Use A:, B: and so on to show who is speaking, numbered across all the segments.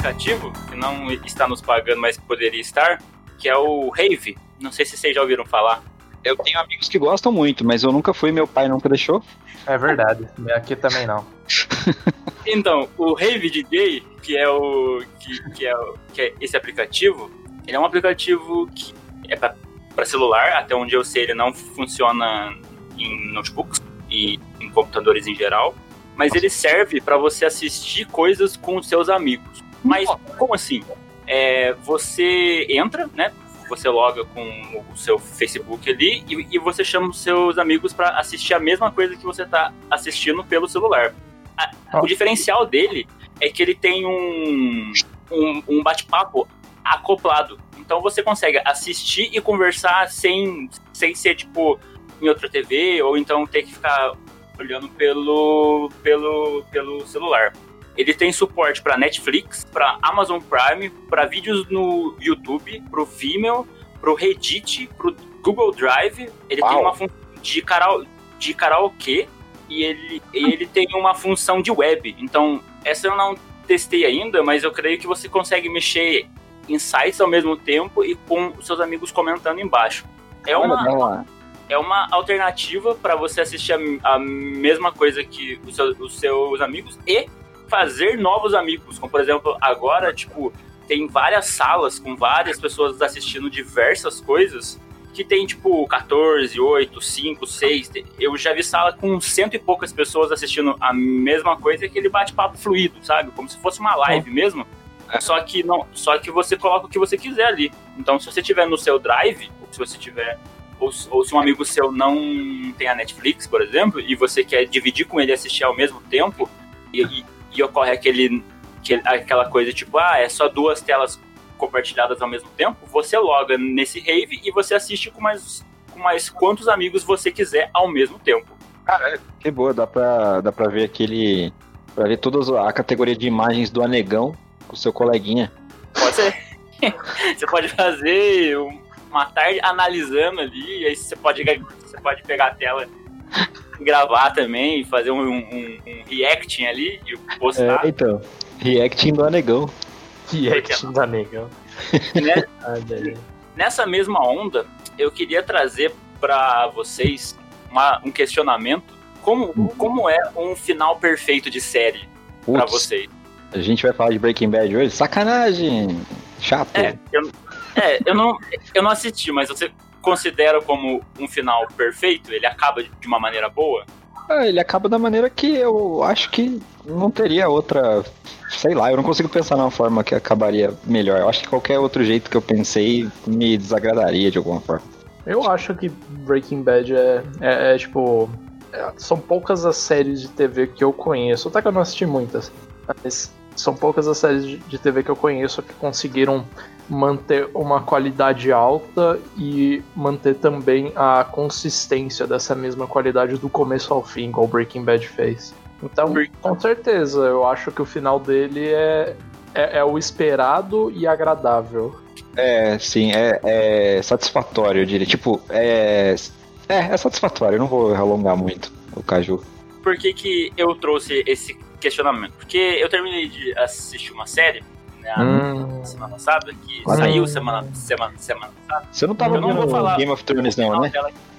A: aplicativo que não está nos pagando, mas que poderia estar, que é o Rave. Não sei se vocês já ouviram falar.
B: Eu tenho amigos que gostam muito, mas eu nunca fui, meu pai nunca deixou.
C: É verdade, aqui também não.
A: Então, o Rave DJ, que é esse aplicativo, ele é um aplicativo que é para celular, até onde eu sei ele não funciona em notebooks e em computadores em geral, mas ele serve para você assistir coisas com os seus amigos. Mas como assim? Você entra, né? Você loga com o seu Facebook ali e você chama os seus amigos para assistir a mesma coisa que você está assistindo pelo celular. O diferencial dele é que ele tem um bate-papo acoplado. Então você consegue assistir e conversar sem ser tipo em outra TV ou então ter que ficar olhando pelo celular. Ele tem suporte para Netflix, para Amazon Prime, para vídeos no YouTube, pro Vimeo, pro Reddit, pro Google Drive. Ele tem uma função de karaokê e ele tem uma função de web. Então, essa eu não testei ainda, mas eu creio que você consegue mexer em sites ao mesmo tempo e com os seus amigos comentando embaixo. É uma alternativa para você assistir a mesma coisa que os seus amigos e fazer novos amigos, como por exemplo, agora, tipo, tem várias salas com várias pessoas assistindo diversas coisas, que tem, tipo, 14, 8, 5, 6, eu já vi sala com 100 e poucas pessoas assistindo a mesma coisa, e aquele bate-papo fluido, sabe, como se fosse uma live mesmo, só que você coloca o que você quiser ali. Então, se você tiver no seu Drive, ou se você tiver, ou se um amigo seu não tem a Netflix, por exemplo, e você quer dividir com ele e assistir ao mesmo tempo, e ocorre aquela coisa tipo, é só 2 telas compartilhadas ao mesmo tempo, você loga nesse Rave e você assiste com mais quantos amigos você quiser ao mesmo tempo.
B: Cara, que boa, dá pra ver pra ver toda a categoria de imagens do anegão com o seu coleguinha.
A: Pode ser. Você pode fazer uma tarde analisando ali, e aí você pode pegar a tela, gravar também, fazer um reacting ali e postar.
B: Então, reacting do anegão.
C: Reacting do anegão.
A: Nessa mesma onda, eu queria trazer para vocês um questionamento. Como é um final perfeito de série para vocês?
B: A gente vai falar de Breaking Bad hoje? Sacanagem! Chato.
A: Eu não assisti, mas você considera como um final perfeito? Ele acaba de uma maneira boa?
B: Ele acaba da maneira que eu acho que não teria outra... Sei lá, eu não consigo pensar numa forma que acabaria melhor. Eu acho que qualquer outro jeito que eu pensei me desagradaria de alguma forma.
C: Eu acho que Breaking Bad tipo... São poucas as séries de TV que eu conheço, até que eu não assisti muitas, mas são poucas as séries de TV que eu conheço que conseguiram manter uma qualidade alta e manter também a consistência dessa mesma qualidade do começo ao fim, igual Breaking Bad fez. Então, com certeza, eu acho que o final dele é o esperado e agradável.
B: Sim, é satisfatório, eu diria. Tipo, é satisfatório, eu não vou alongar muito o Caju.
A: Por que eu trouxe esse questionamento? Porque eu terminei de assistir uma série na semana passada, que saiu semana passada.
B: Você não tava vendo Game of Thrones não, né?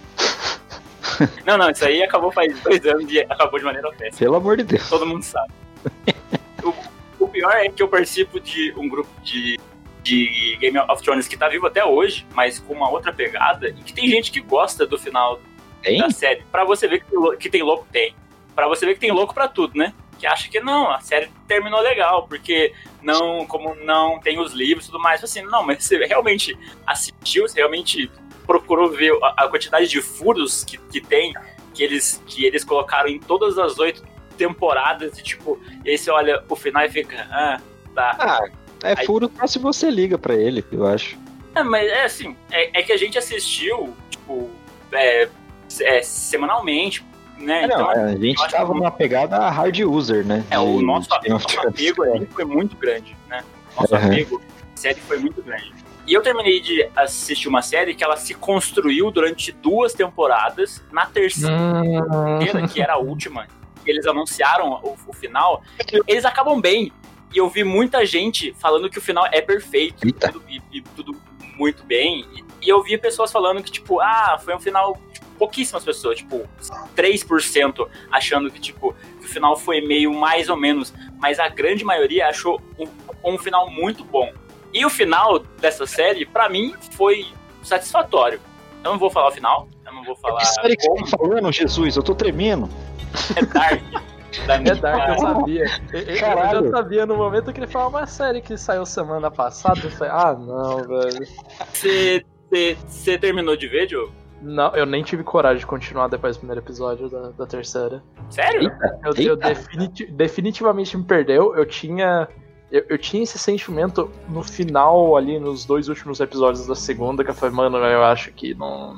A: Não, isso aí acabou faz 2 anos e acabou de maneira péssima.
B: Pelo amor de Deus.
A: Todo mundo sabe. O pior é que eu participo de um grupo de Game of Thrones que tá vivo até hoje, mas com uma outra pegada, e que tem gente que gosta do final da série. Pra você ver que tem louco, tem. Pra você ver que tem louco pra tudo, né? Que acha que não, a série terminou legal, porque como não tem os livros e tudo mais. Assim, não, mas você realmente assistiu, você realmente procurou ver a quantidade de furos que tem, que eles colocaram em todas as 8 temporadas, e tipo, e aí você olha o final e fica, tá.
B: Furo só se você liga pra ele, eu acho.
A: Mas assim, é que a gente assistiu, tipo, semanalmente, né?
B: Então, a gente tava numa pegada hard user, né?
A: O nosso apego ali foi muito grande, né? Nosso apego, a série foi muito grande. E eu terminei de assistir uma série que ela se construiu durante 2 temporadas. Na terceira, que era a última, eles anunciaram o final, eles acabam bem. E eu vi muita gente falando que o final é perfeito e tudo muito bem. E eu vi pessoas falando que, tipo, foi um final... pouquíssimas pessoas, tipo, 3% achando que, tipo, que o final foi meio mais ou menos. Mas a grande maioria achou um final muito bom. E o final dessa série, pra mim, foi satisfatório. Eu não vou falar o final, eu não vou falar...
B: Que série que você tá falando, Jesus? Eu tô tremendo.
A: É Dark.
C: É Dark, eu sabia. Eu
B: Caralho.
C: já sabia no momento que ele falou uma série que saiu semana passada. Eu falei, não, velho.
A: Você terminou de ver, Diogo?
C: Não, eu nem tive coragem de continuar depois do primeiro episódio da terceira.
A: Sério?
C: Eu definitivamente me perdeu. Eu tinha esse sentimento no final, ali, nos 2 últimos episódios da segunda, que eu falei, mano, eu acho que não...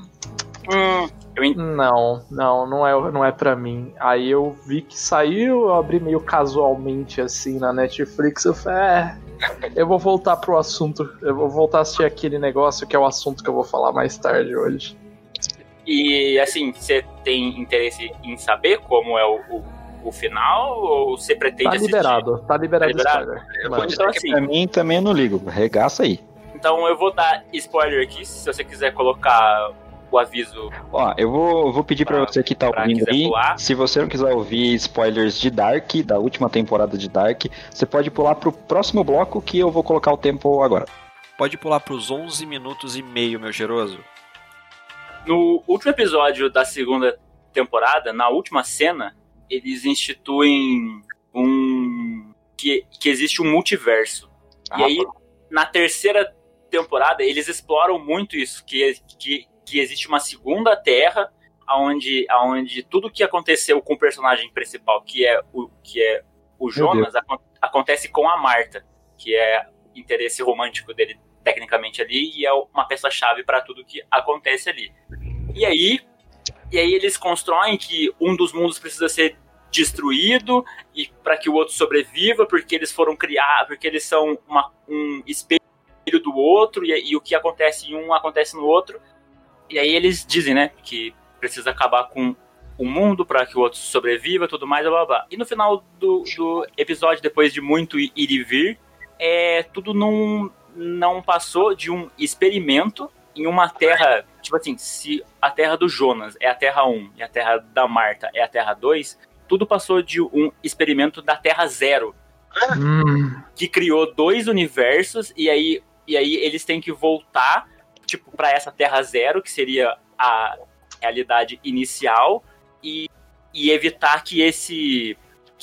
C: Não é pra mim. Aí eu vi que saiu, eu abri meio casualmente assim na Netflix, eu falei, eu vou voltar pro assunto, eu vou voltar a assistir aquele negócio que é o assunto que eu vou falar mais tarde hoje.
A: E assim, você tem interesse em saber como é o final, ou você pretende assistir?
C: Tá liberado spoiler.
B: Eu vou dizer que pra mim também não ligo, regaça aí.
A: Então eu vou dar spoiler aqui, se você quiser colocar o aviso.
B: Ó, eu vou pedir pra você que tá ouvindo aí, se você não quiser ouvir spoilers de Dark, da última temporada de Dark, você pode pular pro próximo bloco que eu vou colocar o tempo agora.
D: Pode pular pros 11 minutos e meio, meu cheiroso.
A: No último episódio da segunda temporada, na última cena, eles instituem que existe um multiverso. E aí, na terceira temporada, eles exploram muito isso, que existe uma segunda Terra, onde tudo que aconteceu com o personagem principal, que é o Jonas, acontece com a Marta, que é o interesse romântico dele tecnicamente ali, e é uma peça-chave para tudo que acontece ali. E aí eles constroem que um dos mundos precisa ser destruído e para que o outro sobreviva, porque eles foram criados, porque eles são um espelho do outro, e o que acontece em um acontece no outro. E aí eles dizem, né, que precisa acabar com um mundo para que o outro sobreviva, tudo mais, blá, blá, blá. E no final do episódio, depois de muito ir e vir, tudo não passou de um experimento em uma terra, tipo assim, se a terra do Jonas é a Terra 1 e a terra da Marta é a Terra 2, tudo passou de um experimento da Terra 0, que criou 2 universos, e aí eles têm que voltar, tipo, para essa Terra 0, que seria a realidade inicial, e evitar que esse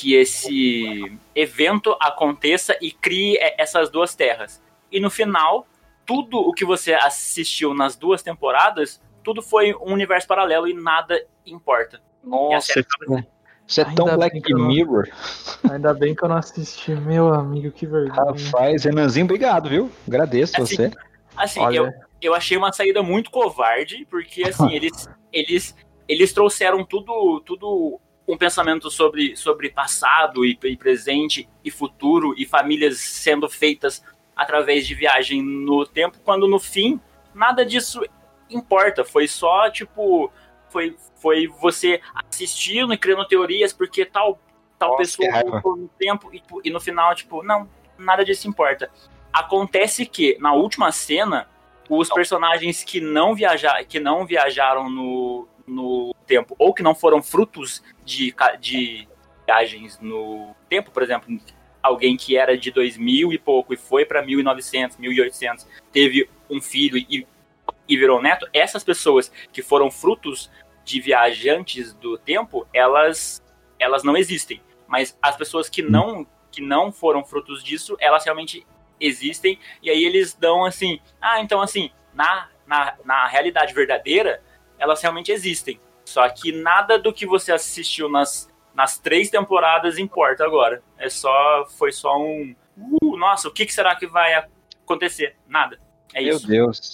A: evento aconteça e crie essas 2 terras. E no final, tudo o que você assistiu nas 2 temporadas, tudo foi um universo paralelo e nada importa.
B: Nossa, isso é tão Black Mirror.
C: Ainda bem que eu não assisti, meu amigo, que vergonha.
B: Rapaz, Renanzinho, obrigado, viu? Agradeço você.
A: Assim, eu achei uma saída muito covarde, porque assim, eles trouxeram tudo um pensamento sobre passado e presente e futuro e famílias sendo feitas através de viagem no tempo, quando no fim nada disso importa. Foi só, tipo, foi você assistindo e criando teorias porque tal pessoa voltou no tempo e no final, tipo, não, nada disso importa. Acontece que na última cena, os personagens que não viajaram no tempo, ou que não foram frutos de viagens no tempo, por exemplo, alguém que era de 2000 e pouco e foi para 1900, 1800, teve um filho e virou neto, essas pessoas que foram frutos de viajantes do tempo, elas não existem. Mas as pessoas que não foram frutos disso, elas realmente existem, e aí eles dão assim, então assim, na realidade verdadeira, elas realmente existem. Só que nada do que você assistiu nas 3 temporadas importa agora. Foi só nossa, o que será que vai acontecer? Nada. É isso.
B: Meu Deus,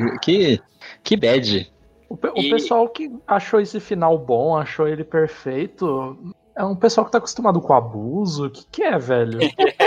B: que bad.
C: O pessoal que achou esse final bom, achou ele perfeito, é um pessoal que tá acostumado com abuso. O que é, velho?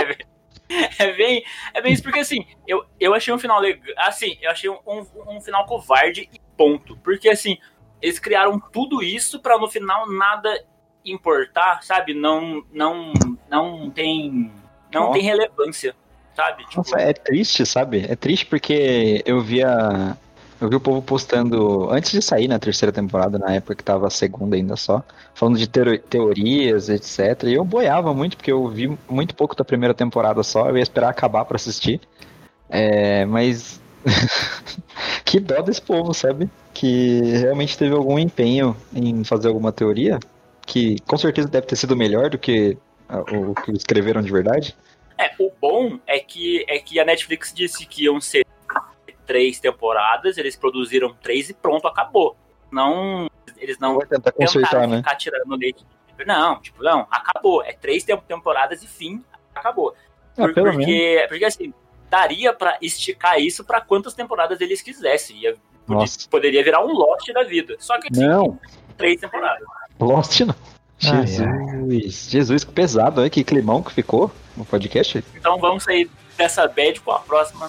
A: É bem isso, porque assim, eu achei um final legal, assim, eu achei um final covarde e ponto, porque assim, eles criaram tudo isso pra no final nada importar, sabe, não não
B: Nossa.
A: tem relevância, sabe? Tipo,
B: Nossa, é triste, sabe? É triste porque eu vi o povo postando, antes de sair na terceira temporada, na época que tava a segunda ainda só, falando de teorias, etc. E eu boiava muito, porque eu vi muito pouco da primeira temporada só, eu ia esperar acabar pra assistir. Mas que dó desse povo, sabe? Que realmente teve algum empenho em fazer alguma teoria, que com certeza deve ter sido melhor do que o que escreveram de verdade.
A: o bom é que a Netflix disse que iam ser 3 temporadas, eles produziram 3 e pronto, acabou. Não, eles não
B: Vou tentar consertar,
A: tentaram
B: né?
A: ficar tirando leite. Não, acabou. É 3 temporadas e fim, acabou.
B: Pelo menos.
A: Porque assim, daria pra esticar isso pra quantas temporadas eles quisessem.
B: Nossa.
A: Poderia virar um Lost da vida. Só que assim,
B: Não,
A: 3 temporadas.
B: Lost não.
C: Ai,
B: Jesus, que pesado, olha que climão que ficou no podcast.
A: Então vamos sair dessa bad com a próxima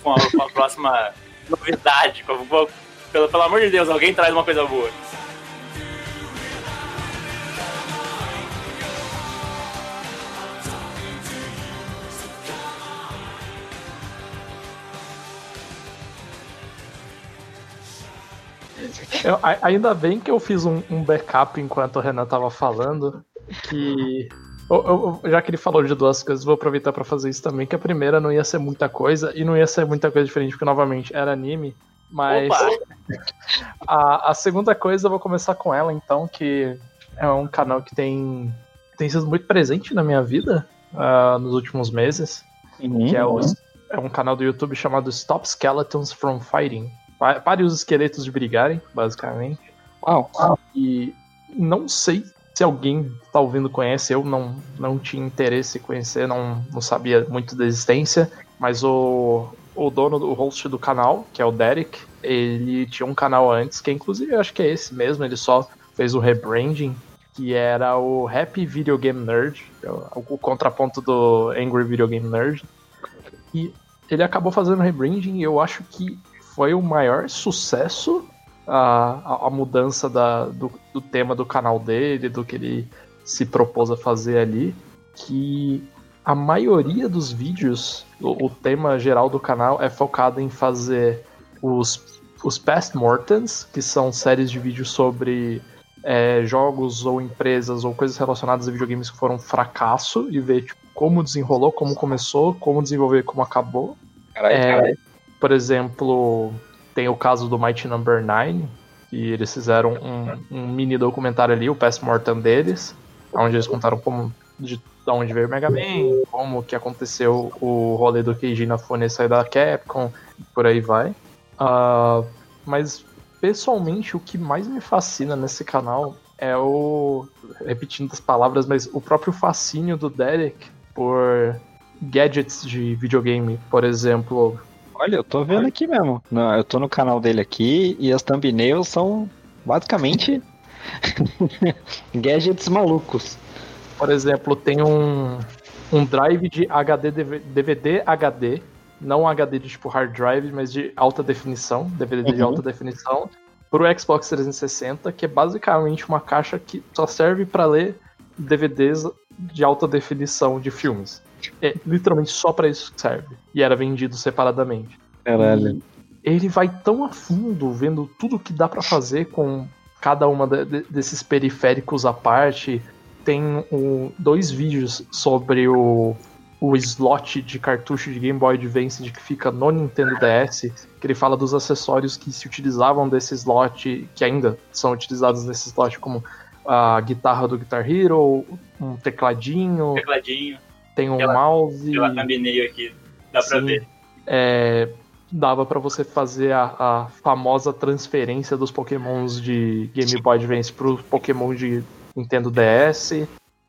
A: novidade. Pelo amor de Deus, alguém traz uma coisa boa.
C: Ainda bem que eu fiz um backup enquanto o Renan tava falando, que já que ele falou de 2 coisas, vou aproveitar pra fazer isso também, que a primeira não ia ser muita coisa, e não ia ser muita coisa diferente, porque novamente era anime, mas a segunda coisa eu vou começar com ela, então, que é um canal que tem sido muito presente na minha vida nos últimos meses, que é um canal do YouTube chamado Stop Skeletons from Fighting. Pare os esqueletos de brigarem, basicamente.
B: Uau.
C: E não sei se alguém tá ouvindo conhece, eu não tinha interesse em conhecer, não sabia muito da existência, mas o dono, o host do canal, que é o Derek, ele tinha um canal antes, que inclusive eu acho que é esse mesmo, ele só fez o rebranding, que era o Happy Video Game Nerd, o contraponto do Angry Video Game Nerd. E ele acabou fazendo rebranding e eu acho que foi o maior sucesso a mudança do tema do canal dele, do que ele se propôs a fazer ali, que a maioria dos vídeos, o tema geral do canal é focado em fazer os Past Mortems, que são séries de vídeos sobre jogos ou empresas ou coisas relacionadas a videogames que foram um fracasso, e ver tipo, como desenrolou, como começou, como desenvolver, como acabou.
B: Caralho.
C: Por exemplo, tem o caso do Mighty Number 9, que eles fizeram um mini documentário ali, o Past Mortem deles, onde eles contaram de onde veio o Mega Man, como que aconteceu o rolê do Keiji Inafune sair da Capcom, por aí vai. Mas, pessoalmente, o que mais me fascina nesse canal é repetindo as palavras, mas o próprio fascínio do Derek por gadgets de videogame, por exemplo.
B: Olha, eu tô vendo aqui mesmo. Eu tô no canal dele aqui e as thumbnails são basicamente gadgets malucos.
C: Por exemplo, tem um drive de HD, DVD HD, não HD de tipo hard drive, mas de alta definição, DVD de alta definição, pro Xbox 360, que é basicamente uma caixa que só serve para ler DVDs de alta definição de filmes. É literalmente só pra isso que serve. E era vendido separadamente.
B: Caralho.
C: E ele vai tão a fundo, vendo tudo que dá pra fazer com cada uma desses periféricos à parte. Tem 2 vídeos sobre o slot de cartucho de Game Boy Advance que fica no Nintendo DS, que ele fala dos acessórios que se utilizavam desse slot, que ainda são utilizados nesse slot, como a guitarra do Guitar Hero, um tecladinho. Tem um mouse.
A: Pela thumbnail aqui, dá pra ver.
C: Dava pra você fazer a famosa transferência dos Pokémons de Game Boy Advance pro Pokémon de Nintendo DS.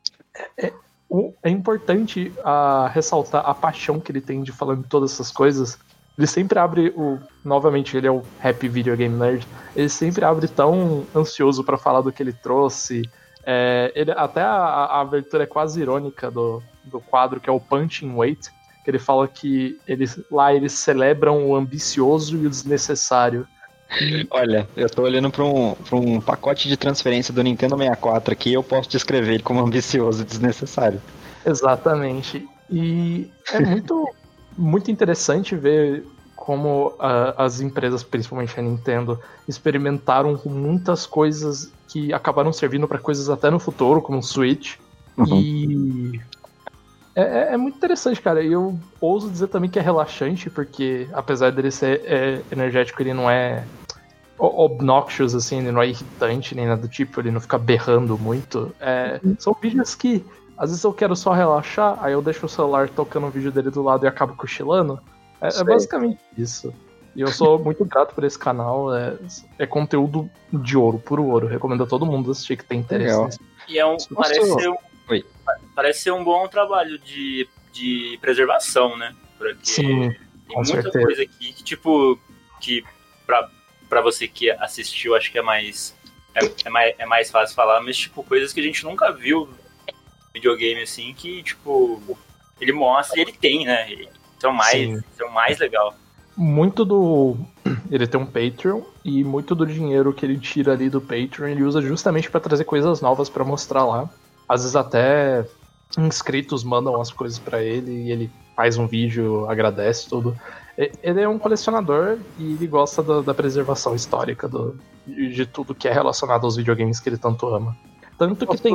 C: É importante ressaltar a paixão que ele tem de falando de todas essas coisas. Ele sempre abre novamente, ele é o Happy Video Game Nerd. Ele sempre abre tão ansioso pra falar do que ele trouxe. Até a abertura é quase irônica do quadro, que é o Punching Weight, que ele fala que eles celebram o ambicioso e o desnecessário.
B: Olha, eu tô olhando pra um pacote de transferência do Nintendo 64 aqui, e eu posso descrever ele como ambicioso e desnecessário.
C: Exatamente. E é muito interessante ver como as empresas, principalmente a Nintendo, experimentaram com muitas coisas que acabaram servindo para coisas até no futuro, como o Switch. E é muito interessante, cara. E eu ouso dizer também que é relaxante, porque apesar dele ser energético, ele não é obnoxious, assim, ele não é irritante nem nada do tipo, ele não fica berrando muito. São vídeos que às vezes eu quero só relaxar, aí eu deixo o celular tocando um vídeo dele do lado e acabo cochilando. É basicamente isso. E eu sou muito grato por esse canal. É conteúdo de ouro, puro ouro. Recomendo a todo mundo assistir que tem interesse nisso.
A: E parece ser um bom trabalho de preservação, né? Porque
C: sim,
A: tem muita coisa aqui que, tipo, que pra você que assistiu, acho que é mais fácil falar, mas, tipo, coisas que a gente nunca viu em videogame, assim, que, tipo, ele mostra e ele tem, né? Isso é o mais legal.
C: Ele tem um Patreon e muito do dinheiro que ele tira ali do Patreon ele usa justamente pra trazer coisas novas pra mostrar lá. Às vezes até inscritos mandam as coisas pra ele e ele faz um vídeo, agradece tudo. Ele é um colecionador e ele gosta da preservação histórica de tudo que é relacionado aos videogames que ele tanto ama. Tanto que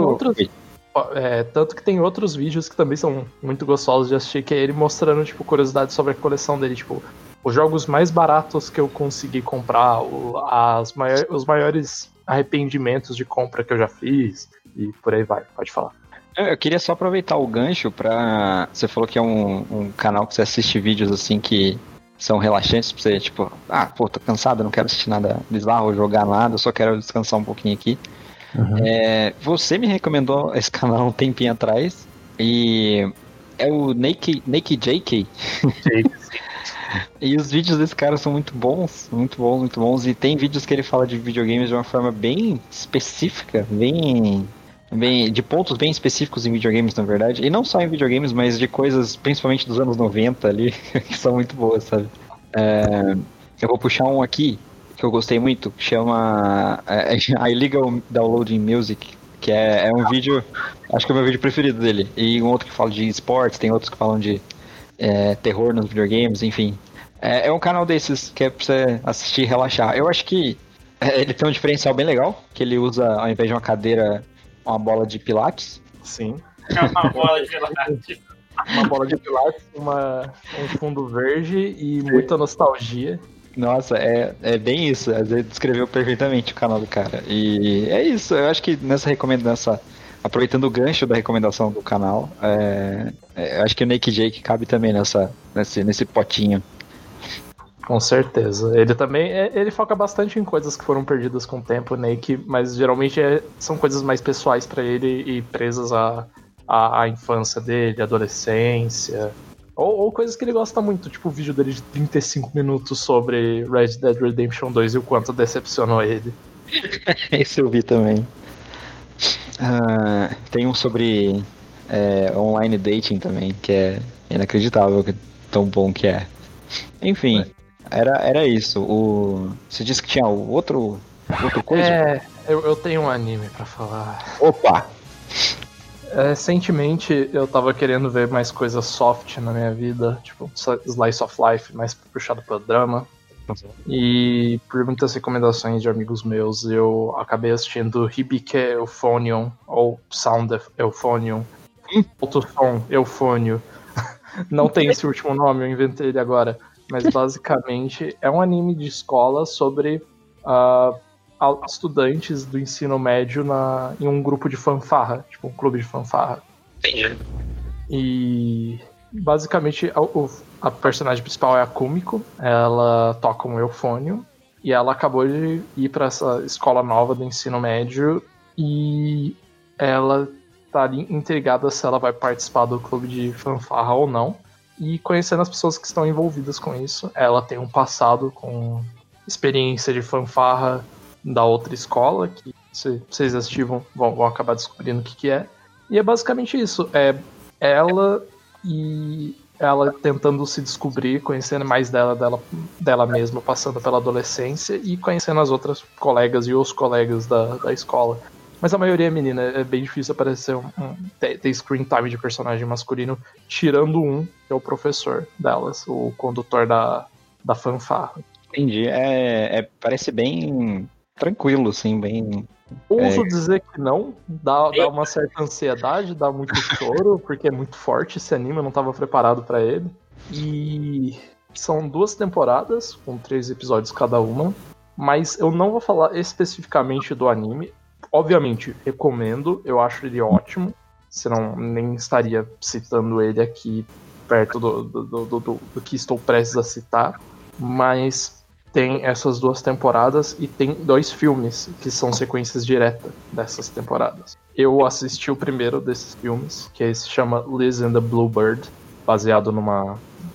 C: tem outros vídeos que também são muito gostosos de assistir, que é ele mostrando, tipo, curiosidades sobre a coleção dele, tipo, os jogos mais baratos que eu consegui comprar, os maiores arrependimentos de compra que eu já fiz, e por aí vai, pode falar.
B: Eu queria só aproveitar o gancho pra... Você falou que é um canal que você assiste vídeos assim que são relaxantes pra você, tipo, tô cansado, não quero assistir nada bizarro, jogar nada, eu só quero descansar um pouquinho aqui. Você me recomendou esse canal um tempinho atrás e é o Naked JK. E os vídeos desse cara são muito bons, e tem vídeos que ele fala de videogames de uma forma bem específica, bem de pontos bem específicos em videogames, na verdade, e não só em videogames, mas de coisas principalmente dos anos 90 ali, que são muito boas, sabe? Eu vou puxar um aqui que eu gostei muito, que chama Illegal Downloading Music, que é um vídeo, acho que é o meu vídeo preferido dele, e um outro que fala de esportes, tem outros que falam de terror nos videogames, enfim. É um canal desses que é pra você assistir e relaxar. Eu acho que ele tem um diferencial bem legal, que ele usa, ao invés de uma cadeira, uma bola de pilates.
C: Sim.
A: É uma bola de pilates.
C: Uma bola de pilates, um fundo verde e muita nostalgia.
B: Nossa, é bem isso. Ele descreveu perfeitamente o canal do cara. E é isso, eu acho que nessa recomendação, aproveitando o gancho da recomendação do canal, eu acho que o Naked Jake cabe também nesse potinho.
C: Com certeza. Ele também ele foca bastante em coisas que foram perdidas com o tempo, Nake, mas geralmente são coisas mais pessoais pra ele e presas à infância dele, adolescência. Ou coisas que ele gosta muito, tipo o vídeo dele de 35 minutos sobre Red Dead Redemption 2 e o quanto decepcionou ele.
B: Esse eu vi também. Tem um sobre online dating também, que é inacreditável, tão bom que é. Enfim, era isso. Você disse que tinha outra coisa?
C: Eu tenho um anime pra falar.
B: Opa!
C: Recentemente eu tava querendo ver mais coisas soft na minha vida, tipo Slice of Life, mais puxado pro drama. E por muitas recomendações de amigos meus, eu acabei assistindo Hibike Euphonium, ou Sound Euphonium, outro som Eufônio. Não tem esse último nome, eu inventei ele agora. Mas basicamente é um anime de escola sobre estudantes do ensino médio em um grupo de fanfarra, tipo um clube de fanfarra.
A: Entendi.
C: E basicamente a personagem principal é a Kumiko, ela toca um eufônio e ela acabou de ir para essa escola nova do ensino médio e ela tá ali intrigada se ela vai participar do clube de fanfarra ou não. E conhecendo as pessoas que estão envolvidas com isso, ela tem um passado com experiência de fanfarra da outra escola, que se vocês assistiram vão acabar descobrindo o que é. E é basicamente isso, ela tentando se descobrir, conhecendo mais dela mesma, passando pela adolescência e conhecendo as outras colegas e os colegas da escola. Mas a maioria é menina, é bem difícil aparecer ter screen time de personagem masculino, tirando um, que é o professor delas, o condutor da fanfarra.
B: Entendi. Parece bem tranquilo, assim, bem...
C: Ouso dizer que não, dá uma certa ansiedade, dá muito choro, porque é muito forte esse anime, eu não estava preparado para ele. E são 2 temporadas, com 3 episódios cada uma, mas eu não vou falar especificamente do anime. Obviamente, recomendo, eu acho ele ótimo, senão nem estaria citando ele aqui perto do que estou prestes a citar, mas tem essas 2 temporadas e tem 2 filmes que são sequências diretas dessas temporadas. Eu assisti o primeiro desses filmes, que se chama Liz and the Bluebird, baseado numa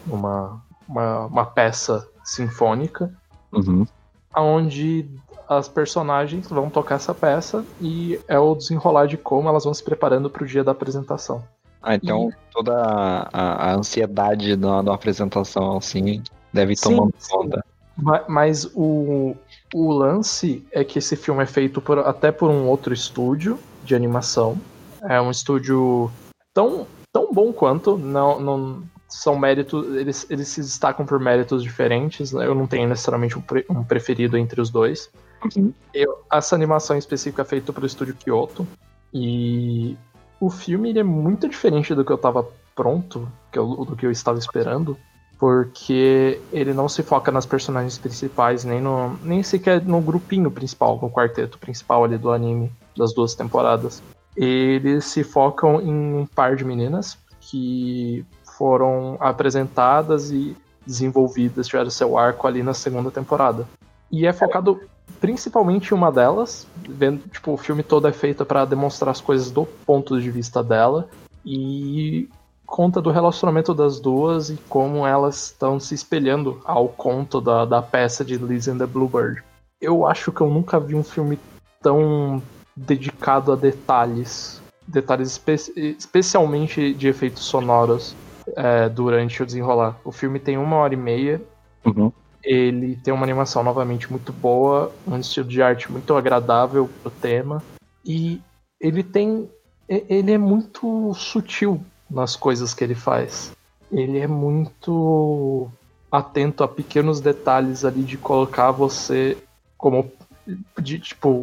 C: peça sinfônica, onde as personagens vão tocar essa peça e é o desenrolar de como elas vão se preparando para o dia da apresentação.
B: Então toda a ansiedade da apresentação, assim, deve tomar conta.
C: Mas o lance é que esse filme é feito até por um outro estúdio de animação. É um estúdio tão bom quanto, não são méritos, eles se destacam por méritos diferentes, né? Eu não tenho necessariamente um preferido entre os dois. Essa animação em específico é feita pelo estúdio Kyoto, e o filme ele é muito diferente do que eu estava pronto, do que eu estava esperando, porque ele não se foca nas personagens principais, nem sequer no grupinho principal, no quarteto principal ali do anime, das 2 temporadas. Eles se focam em um par de meninas que foram apresentadas e desenvolvidas, tiveram seu arco ali na 2ª temporada. E é focado principalmente em uma delas, o filme todo é feito para demonstrar as coisas do ponto de vista dela, e conta do relacionamento das 2 e como elas estão se espelhando ao conto da peça de Liz and the Bluebird. Eu acho que eu nunca vi um filme tão dedicado a detalhes especialmente de efeitos sonoros durante o desenrolar. O filme tem 1h30, ele tem uma animação novamente muito boa, um estilo de arte muito agradável pro tema, e ele é muito sutil nas coisas que ele faz. Ele é muito atento a pequenos detalhes ali de colocar você como de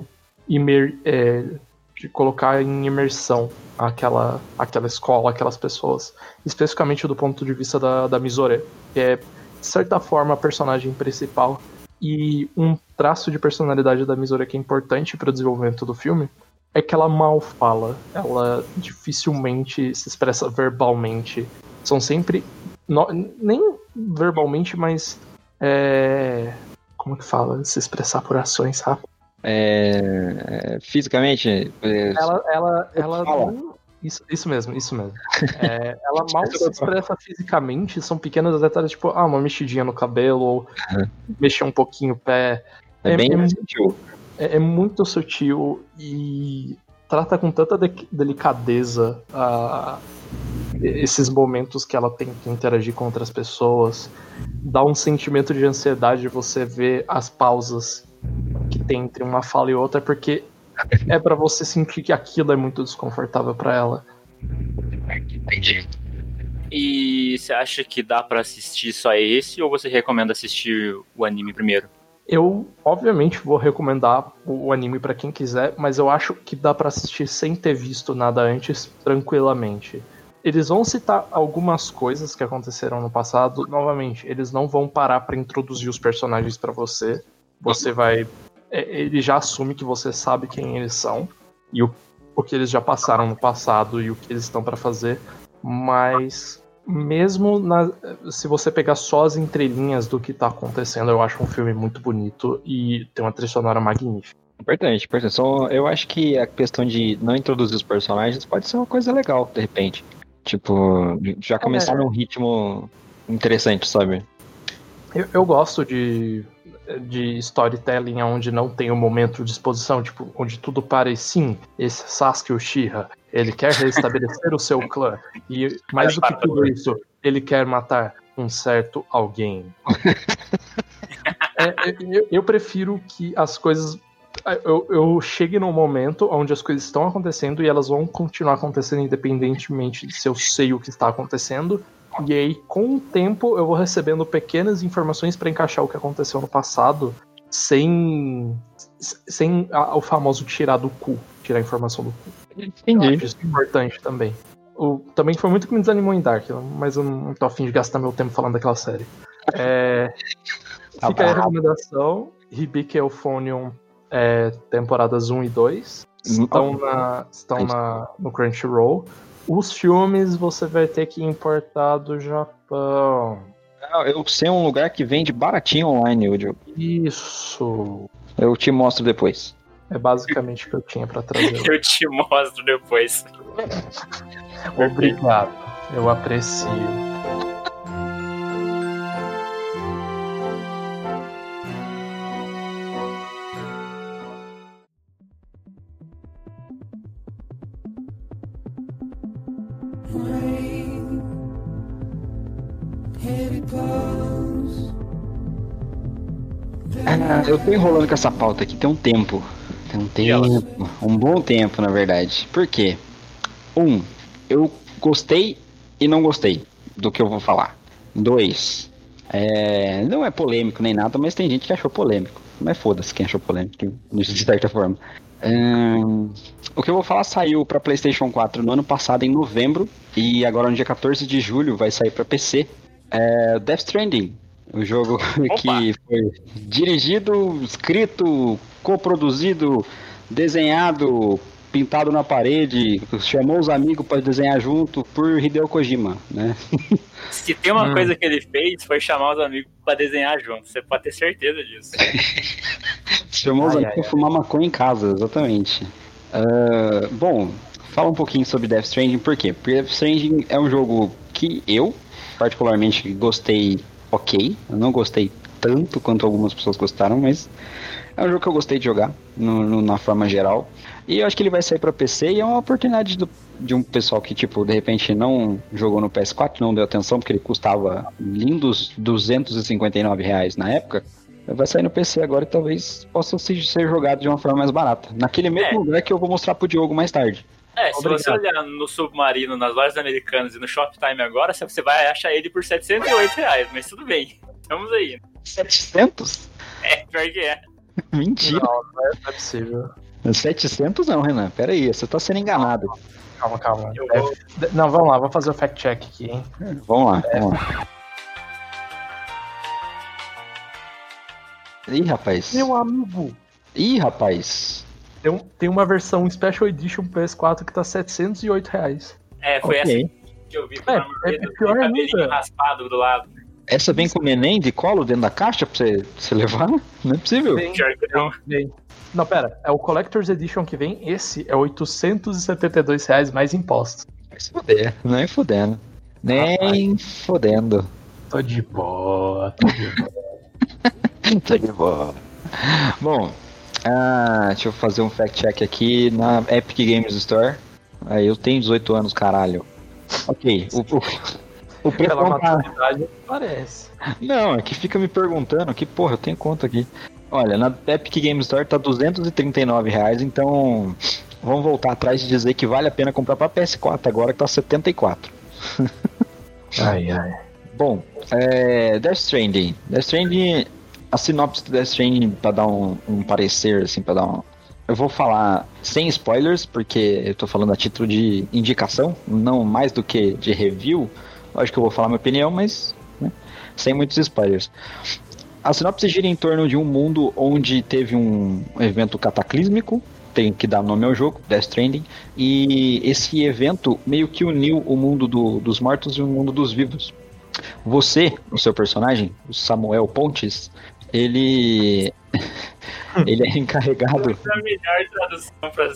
C: colocar em imersão aquela escola, aquelas pessoas, especificamente do ponto de vista da Mizore, que é de certa forma a personagem principal. E um traço de personalidade da Mizore que é importante para o desenvolvimento do filme é que ela mal fala, ela dificilmente se expressa verbalmente. São sempre, nem verbalmente, mas como que fala? Se expressar por ações rápidas.
B: Fisicamente?
C: Ela isso mesmo. Ela mal se expressa fisicamente, são pequenos detalhes, tipo, uma mexidinha no cabelo, ou mexer um pouquinho o pé.
B: É bem sutil.
C: É muito sutil e trata com tanta delicadeza esses momentos que ela tem que interagir com outras pessoas. Dá um sentimento de ansiedade de você ver as pausas que tem entre uma fala e outra, porque é pra você sentir que aquilo é muito desconfortável pra ela.
B: Entendi.
A: E você acha que dá pra assistir só esse, ou você recomenda assistir o anime primeiro?
C: Eu, obviamente, vou recomendar o anime pra quem quiser, mas eu acho que dá pra assistir sem ter visto nada antes, tranquilamente. Eles vão citar algumas coisas que aconteceram no passado. Novamente, eles não vão parar pra introduzir os personagens pra você. Você vai... Ele já assume que você sabe quem eles são e o que eles já passaram no passado e o que eles estão pra fazer, mas mesmo se você pegar só as entrelinhas do que tá acontecendo, eu acho um filme muito bonito e tem uma trilha sonora magnífica.
B: Importante. Eu acho que a questão de não introduzir os personagens pode ser uma coisa legal, de repente. Tipo, já começar num ritmo interessante, sabe?
C: Eu gosto de storytelling onde não tem um momento de exposição, tipo, onde tudo parece, sim, esse Sasuke Uchiha, ele quer restabelecer o seu clã, e mais do que tudo isso, ele quer matar um certo alguém. Eu prefiro que as coisas Eu chego num momento onde as coisas estão acontecendo e elas vão continuar acontecendo independentemente de se eu sei o que está acontecendo. E aí, com o tempo, eu vou recebendo pequenas informações para encaixar o que aconteceu no passado sem o famoso tirar do cu, tirar a informação do cu.
B: Entendi.
C: Eu acho isso importante também. Também foi muito que me desanimou em Dark, mas eu não tô afim de gastar meu tempo falando daquela série. Fica aí a recomendação. Hibiki Euphonium, temporadas 1 e 2. Estão no Crunchyroll. Os filmes você vai ter que importar do Japão.
B: Eu sei um lugar que vende baratinho online, Udio.
C: Isso.
B: Eu te mostro depois.
C: É basicamente o que eu tinha pra trazer.
A: Eu te mostro depois.
C: Obrigado. Eu aprecio.
B: Eu tô enrolando com essa pauta aqui tem um tempo. Um bom tempo, na verdade. Por quê? Eu gostei e não gostei do que eu vou falar. 2, não é polêmico nem nada, mas tem gente que achou polêmico. Mas foda-se quem achou polêmico, de certa forma. O que eu vou falar saiu pra PlayStation 4 no ano passado, em novembro, e agora no dia 14 de julho vai sair pra PC. Death Stranding, o jogo que foi dirigido, escrito, coproduzido, desenhado, pintado na parede, chamou os amigos para desenhar junto por Hideo Kojima, né?
A: Se tem uma coisa que ele fez, foi chamar os amigos para desenhar junto. Você pode ter certeza disso.
B: Chamou os amigos para fumar maconha em casa, exatamente. Bom, fala um pouquinho sobre Death Stranding, por quê? Porque Death Stranding é um jogo que eu, particularmente, gostei ok. Eu não gostei tanto quanto algumas pessoas gostaram, mas é um jogo que eu gostei de jogar, na forma geral. E eu acho que ele vai sair pra PC e é uma oportunidade de um pessoal que, tipo, de repente não jogou no PS4, não deu atenção, porque ele custava lindos R$259 na época. Vai sair no PC agora e talvez possa ser jogado de uma forma mais barata. Naquele mesmo lugar que eu vou mostrar pro Diogo mais tarde.
A: Se você olhar no Submarino, nas lojas americanas e no Shoptime agora, você vai achar ele por R$708, mas tudo bem. Estamos aí.
B: 700?
A: Pior que é.
B: Mentira.
C: Não é possível.
B: 700 não, Renan. Pera aí, você tá sendo enganado.
C: Calma. Não, vamos lá, vamos fazer o fact check aqui, hein?
B: Vamos lá. Ih, rapaz.
C: Meu amigo.
B: Ih, rapaz.
C: Tem uma versão Special Edition PS4 que tá R$708.
A: Foi essa que eu vi.
C: Pior ainda.
A: Raspado do lado.
B: Essa vem com o neném de colo dentro da caixa pra você levar? Não é possível.
C: Não, pera. É o Collector's Edition que vem. Esse é R$872 mais impostos.
B: Vai se foder. Nem fodendo. Nem fodendo.
C: Tô de boa.
B: Tô de boa. Bom, deixa eu fazer um fact check aqui na Epic Games Store. Aí eu tenho 18 anos, caralho. Ok, o preço
C: Pela
B: não tá...
C: maturidade parece.
B: Não, é que fica me perguntando que, porra, eu tenho conta aqui. Olha, na Epic Games Store tá R$239, então vamos voltar atrás e dizer que vale a pena comprar pra PS4 agora que tá 74.
C: Ai.
B: Bom, Death Stranding. A sinopse do Death Stranding, pra dar um parecer, assim, pra dar um... Eu vou falar sem spoilers, porque eu tô falando a título de indicação, não mais do que de review. Acho que eu vou falar minha opinião, mas sem muitos spoilers. A sinopse gira em torno de um mundo onde teve um evento cataclísmico, tem que dar nome ao jogo, Death Stranding, e esse evento meio que uniu o mundo dos mortos e o mundo dos vivos. Você, o seu personagem, o Samuel Pontes, ele é encarregado...
A: É a melhor tradução para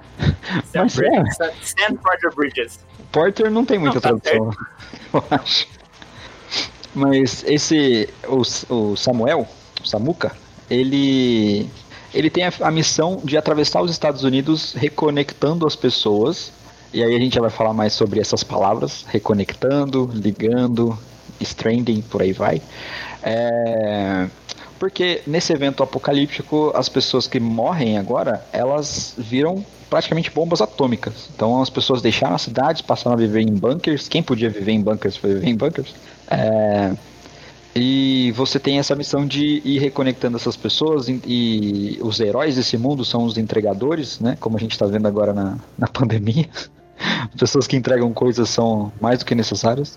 B: Sam
A: Porter Bridges.
B: Porter não tem muita tradução, eu acho. Mas o Samuel, o Samuca, ele tem a missão de atravessar os Estados Unidos reconectando as pessoas. E aí a gente já vai falar mais sobre essas palavras, reconectando, ligando, stranding, por aí vai. porque nesse evento apocalíptico, as pessoas que morrem agora, elas viram praticamente bombas atômicas. Então as pessoas deixaram as cidades, passaram a viver em bunkers. Quem podia viver em bunkers foi viver em bunkers. E você tem essa missão de ir reconectando essas pessoas, e os heróis desse mundo são os entregadores, né? Como a gente está vendo agora na pandemia. Pessoas que entregam coisas são mais do que necessárias.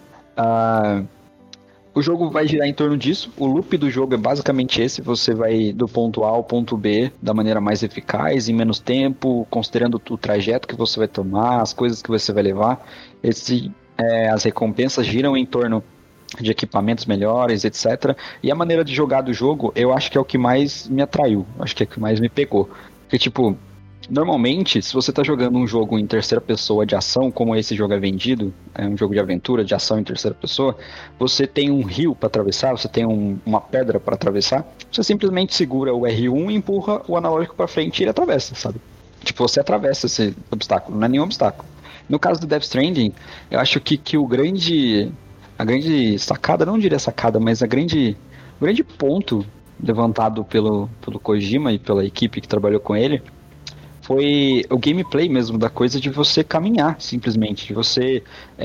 B: O jogo vai girar em torno disso. O loop do jogo é basicamente esse. Você vai do ponto A ao ponto B da maneira mais eficaz, em menos tempo, considerando o trajeto que você vai tomar, as coisas que você vai levar. As recompensas giram em torno de equipamentos melhores, etc. E a maneira de jogar do jogo, eu acho que é o que mais me atraiu. Acho que é o que mais me pegou. Porque, tipo, normalmente, se você tá jogando um jogo em terceira pessoa de ação, como esse jogo é vendido, é um jogo de aventura, de ação em terceira pessoa, você tem um rio para atravessar, você tem uma pedra para atravessar, você simplesmente segura o R1 e empurra o analógico para frente e ele atravessa, sabe? Tipo, você atravessa esse obstáculo, não é nenhum obstáculo. No caso do Death Stranding, eu acho que a grande sacada, não diria sacada, mas o grande ponto levantado pelo Kojima e pela equipe que trabalhou com ele foi o gameplay mesmo da coisa, de você caminhar, simplesmente, de você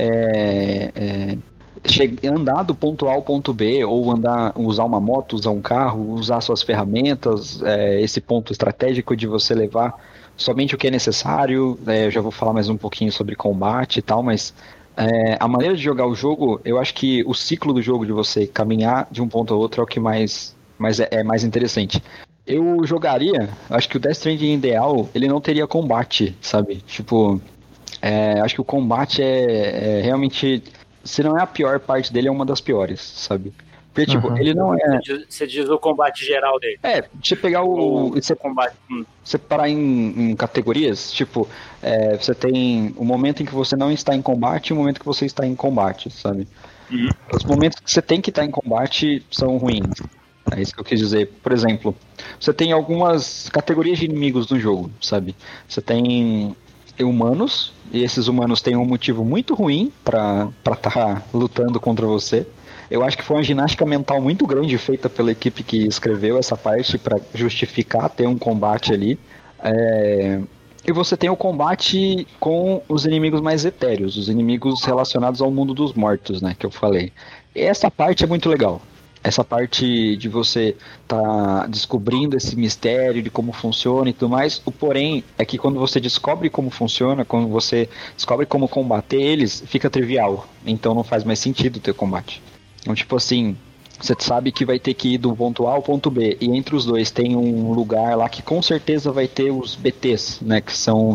B: andar do ponto A ao ponto B, ou usar uma moto, usar um carro, usar suas ferramentas, esse ponto estratégico de você levar somente o que é necessário. Eu já vou falar mais um pouquinho sobre combate e tal, mas a maneira de jogar o jogo, eu acho que o ciclo do jogo de você caminhar de um ponto ao outro é o que mais interessante. Eu jogaria, acho que o Death Stranding ideal, ele não teria combate, sabe? Tipo, acho que o combate realmente, se não é a pior parte dele, é uma das piores, sabe? Porque, tipo, ele não é...
A: Você diz o combate geral dele.
B: Você pegar você
A: combate...
B: separar em categorias, tipo, você tem o momento em que você não está em combate e o momento que você está em combate, sabe?
A: Uhum.
B: Os momentos que você tem que estar em combate são ruins. É isso que eu quis dizer. Por exemplo, você tem algumas categorias de inimigos no jogo, sabe? Você tem humanos, e esses humanos têm um motivo muito ruim pra estar lutando contra você. Eu acho que foi uma ginástica mental muito grande feita pela equipe que escreveu essa parte para justificar ter um combate ali. E você tem o combate com os inimigos mais etéreos, os inimigos relacionados ao mundo dos mortos, né, que eu falei. E essa parte é muito legal. Essa parte de você tá descobrindo esse mistério de como funciona e tudo mais. O porém é que quando você descobre como funciona, quando você descobre como combater eles, fica trivial. Então não faz mais sentido ter combate. Então, tipo assim, você sabe que vai ter que ir do ponto A ao ponto B, e entre os dois tem um lugar lá que com certeza vai ter os BTs, né, que são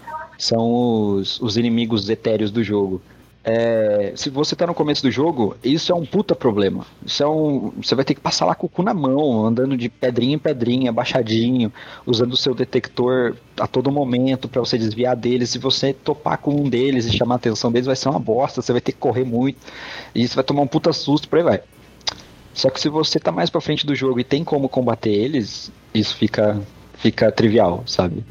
B: os inimigos etéreos do jogo. Se você tá no começo do jogo, isso é um puta problema. Você vai ter que passar lá com o cu na mão, andando de pedrinha em pedrinha, baixadinho, usando o seu detector a todo momento pra você desviar deles. Se você topar com um deles e chamar a atenção deles, vai ser uma bosta, você vai ter que correr muito, e você vai tomar um puta susto, por aí vai. Só que se você tá mais pra frente do jogo e tem como combater eles, isso fica trivial, sabe?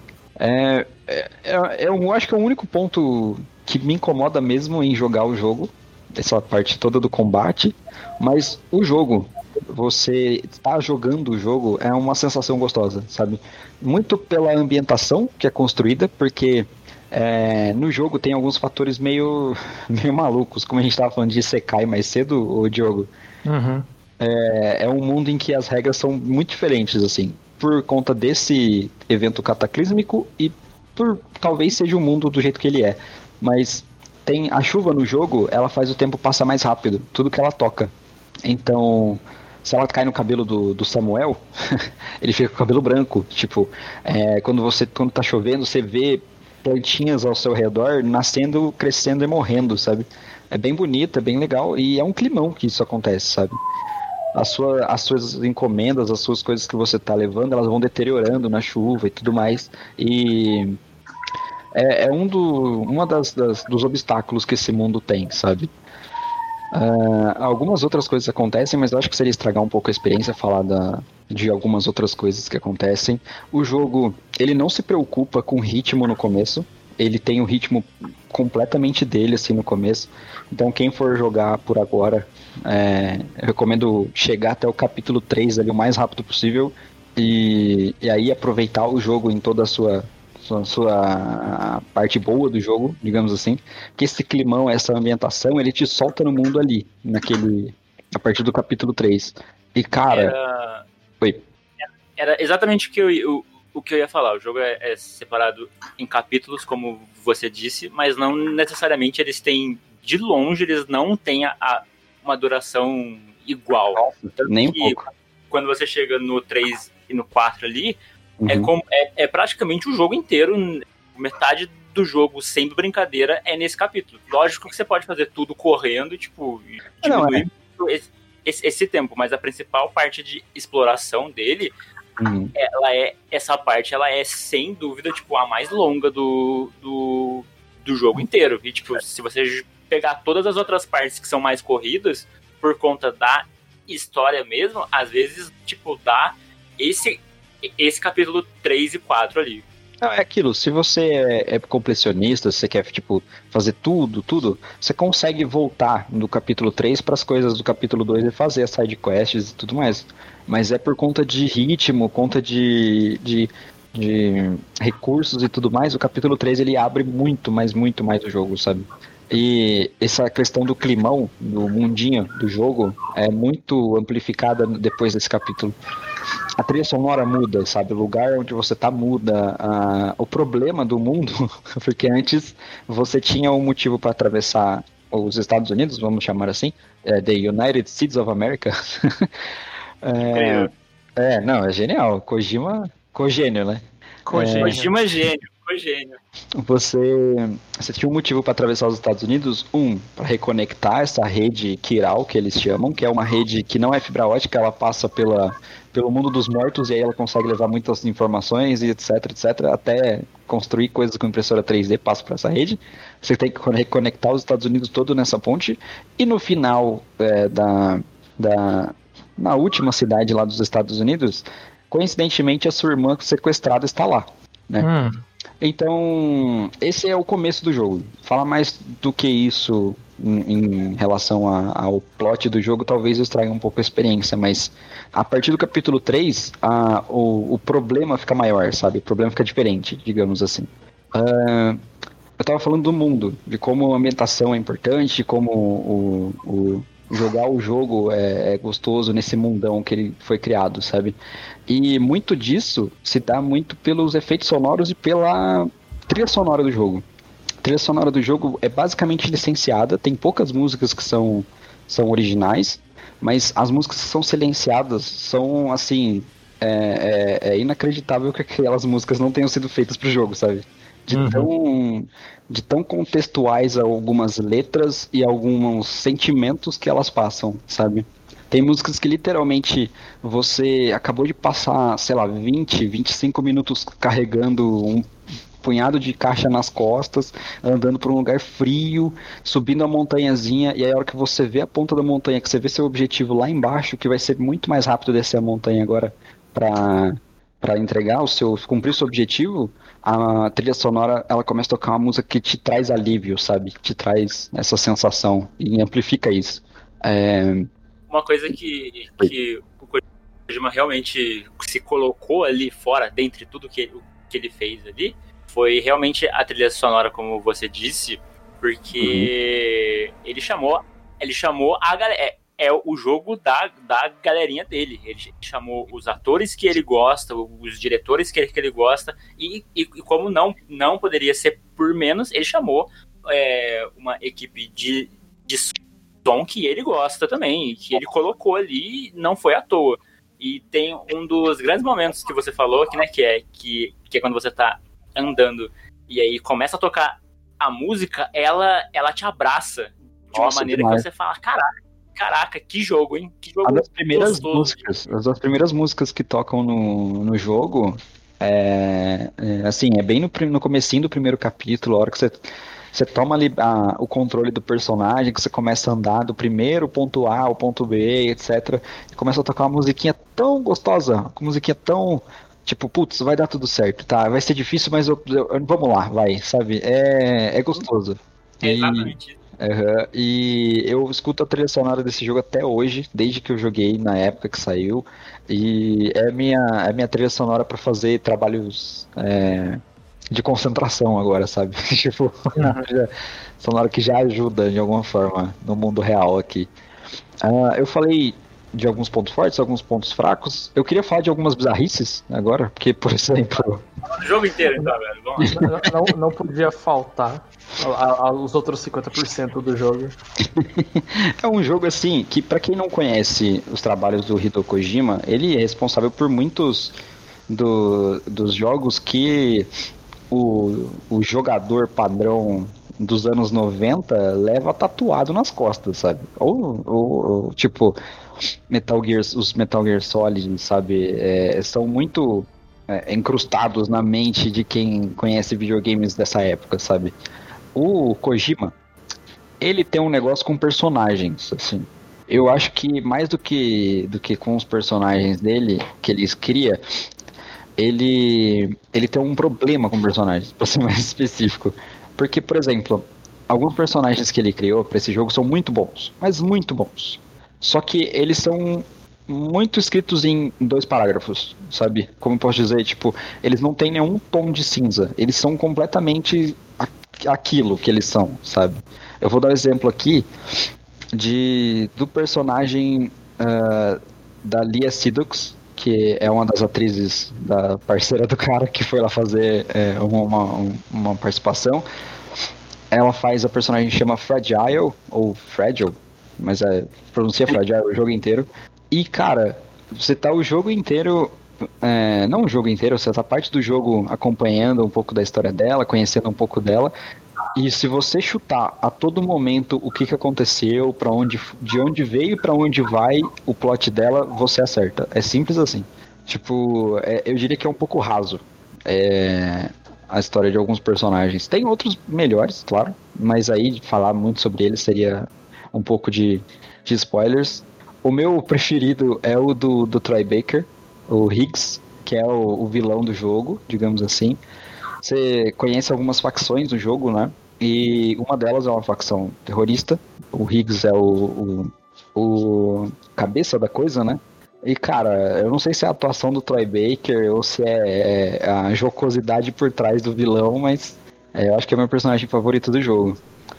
B: Eu acho que é o único ponto que me incomoda mesmo em jogar o jogo, essa parte toda do combate, mas o jogo, você tá jogando o jogo, é uma sensação gostosa, sabe? Muito pela ambientação que é construída, porque no jogo tem alguns fatores meio malucos, como a gente tava falando de Isekai mais cedo, o Diogo.
C: Uhum.
B: É um mundo em que as regras são muito diferentes, assim, por conta desse evento cataclísmico e por talvez seja o mundo do jeito que ele é. Mas tem a chuva no jogo, ela faz o tempo passar mais rápido, tudo que ela toca. Então, se ela cai no cabelo do Samuel, ele fica com o cabelo branco. Tipo, quando tá chovendo, você vê plantinhas ao seu redor nascendo, crescendo e morrendo, sabe? É bem bonito, é bem legal, e é um climão que isso acontece, sabe? As suas encomendas, as suas coisas que você tá levando, elas vão deteriorando na chuva e tudo mais. E uma dos obstáculos que esse mundo tem, sabe? Algumas outras coisas acontecem, mas eu acho que seria estragar um pouco a experiência falar de algumas outras coisas que acontecem. O jogo, ele não se preocupa com ritmo no começo. Ele tem um ritmo completamente dele, assim, no começo. Então, quem for jogar por agora, eu recomendo chegar até o capítulo 3 ali o mais rápido possível e aí aproveitar o jogo em toda a sua parte boa do jogo, digamos assim, porque esse climão, essa ambientação, ele te solta no mundo ali, a partir do capítulo 3. E, cara... Oi.
A: Era exatamente o que eu ia falar. O jogo é separado em capítulos, como você disse, mas não necessariamente eles têm, de longe, eles não têm uma duração igual.
B: Nem um pouco.
A: Quando você chega no 3 e no 4 ali, é praticamente o jogo inteiro, metade do jogo, sem brincadeira, é nesse capítulo. Lógico que você pode fazer tudo correndo, tipo, diminuir esse tempo, mas a principal parte de exploração dele, essa parte é sem dúvida, tipo, a mais longa do jogo inteiro. E, tipo, se você pegar todas as outras partes que são mais corridas, por conta da história mesmo, às vezes, tipo, dá esse capítulo 3 e 4 ali.
B: Não, é aquilo, se você é completionista, se você quer, tipo, fazer tudo, você consegue voltar no capítulo 3 para as coisas do capítulo 2 e fazer as side quests e tudo mais. Mas é por conta de ritmo, conta de recursos e tudo mais, o capítulo 3 ele abre muito mais o jogo, sabe? E essa questão do climão, do mundinho do jogo, é muito amplificada depois desse capítulo. A trilha sonora muda, sabe? O lugar onde você tá muda. O problema do mundo, porque antes você tinha um motivo para atravessar os Estados Unidos, vamos chamar assim, The United States of America. Não, é genial. Cogênio, né?
A: Kojima gênio.
B: Você tinha um motivo para atravessar os Estados Unidos, para reconectar essa rede Kiral, que eles chamam, que é uma rede que não é fibra ótica, ela passa pelo mundo dos mortos e aí ela consegue levar muitas informações e etc, até construir coisas com impressora 3D, passa por essa rede. Você tem que reconectar os Estados Unidos todo nessa ponte, e no final na última cidade lá dos Estados Unidos, coincidentemente a sua irmã sequestrada está lá, né? Então, esse é o começo do jogo. Falar mais do que isso em relação ao plot do jogo talvez estrague um pouco a experiência, mas a partir do capítulo 3, o problema fica maior, sabe? O problema fica diferente, digamos assim. Eu tava falando do mundo, de como a ambientação é importante, como jogar o jogo é gostoso nesse mundão que ele foi criado, sabe? E muito disso se dá muito pelos efeitos sonoros e pela trilha sonora do jogo. A trilha sonora do jogo é basicamente licenciada, tem poucas músicas que são originais, mas as músicas que são silenciadas são, assim, é inacreditável que aquelas músicas não tenham sido feitas pro jogo, sabe? De tão contextuais algumas letras e alguns sentimentos que elas passam, sabe? Tem músicas que literalmente você acabou de passar, sei lá, 20, 25 minutos carregando um punhado de caixa nas costas, andando por um lugar frio, subindo a montanhazinha, e aí a hora que você vê a ponta da montanha, que você vê seu objetivo lá embaixo, que vai ser muito mais rápido descer a montanha agora para cumprir o seu objetivo, a trilha sonora ela começa a tocar uma música que te traz alívio, sabe? Te traz essa sensação e amplifica isso.
A: Uma coisa que o Kojima realmente se colocou ali fora, dentre tudo que ele fez ali, foi realmente a trilha sonora, como você disse, porque ele chamou a galera. É o jogo da galerinha dele. Ele chamou os atores que ele gosta, os diretores que ele gosta, e como não poderia ser por menos, ele chamou uma equipe de som que ele gosta também, que ele colocou ali, não foi à toa. E tem um dos grandes momentos que você falou, que é quando você tá andando e aí começa a tocar a música, ela te abraça de uma maneira demais. Que você fala, caraca, que jogo, hein? Que jogo
B: as das primeiras músicas que tocam no jogo assim, é bem no comecinho do primeiro capítulo, a hora que você toma ali o controle do personagem, que você começa a andar do primeiro ponto A ao ponto B, etc. E começa a tocar uma musiquinha tão gostosa, uma musiquinha tão Tipo, putz, vai dar tudo certo, tá? Vai ser difícil, mas vamos lá, vai, sabe? É gostoso.
A: É exatamente isso.
B: E eu escuto a trilha sonora desse jogo até hoje, desde que eu joguei na época que saiu. E é minha trilha sonora pra fazer trabalhos de concentração agora, sabe? Tipo, sonora que já ajuda de alguma forma no mundo real aqui. Eu falei de alguns pontos fortes, alguns pontos fracos. Eu queria falar de algumas bizarrices agora, porque, por exemplo.
A: O jogo inteiro, então, velho. Vamos lá.
C: Não podia faltar os outros 50% do jogo.
B: É um jogo assim que, pra quem não conhece os trabalhos do Hideo Kojima, ele é responsável por muitos dos jogos que o jogador padrão dos anos 90 leva tatuado nas costas, sabe? Ou tipo, os Metal Gear Solid, sabe? São muito incrustados na mente de quem conhece videogames dessa época, sabe? O Kojima, ele tem um negócio com personagens, assim. Eu acho que mais do que com os personagens dele, que ele cria, ele tem um problema com personagens, pra ser mais específico. Porque, por exemplo, alguns personagens que ele criou pra esse jogo são muito bons, mas muito bons. Só que eles são muito escritos em 2 parágrafos, sabe? Como eu posso dizer, tipo, eles não têm nenhum tom de cinza. Eles são completamente aquilo que eles são, sabe? Eu vou dar um exemplo aqui do personagem da Lia Seydoux, que é uma das atrizes da parceira do cara que foi lá fazer uma participação. Ela faz a personagem que chama Fragile, ou Fragile, mas pronuncia Fragile o jogo inteiro. E, cara, você tá o jogo inteiro... não o jogo inteiro, você tá parte do jogo acompanhando um pouco da história dela, conhecendo um pouco dela. E se você chutar a todo momento o que aconteceu, de onde veio e pra onde vai o plot dela, você acerta. É simples assim. Tipo, eu diria que é um pouco raso a história de alguns personagens. Tem outros melhores, claro, mas aí falar muito sobre eles seria um pouco de spoilers. O meu preferido é o do Troy Baker, o Higgs, que é o vilão do jogo, digamos assim. Você conhece algumas facções do jogo, né? E uma delas é uma facção terrorista. O Higgs é o cabeça da coisa, né? E, cara, eu não sei se é a atuação do Troy Baker ou se é a jocosidade por trás do vilão, mas eu acho que é o meu personagem favorito do jogo.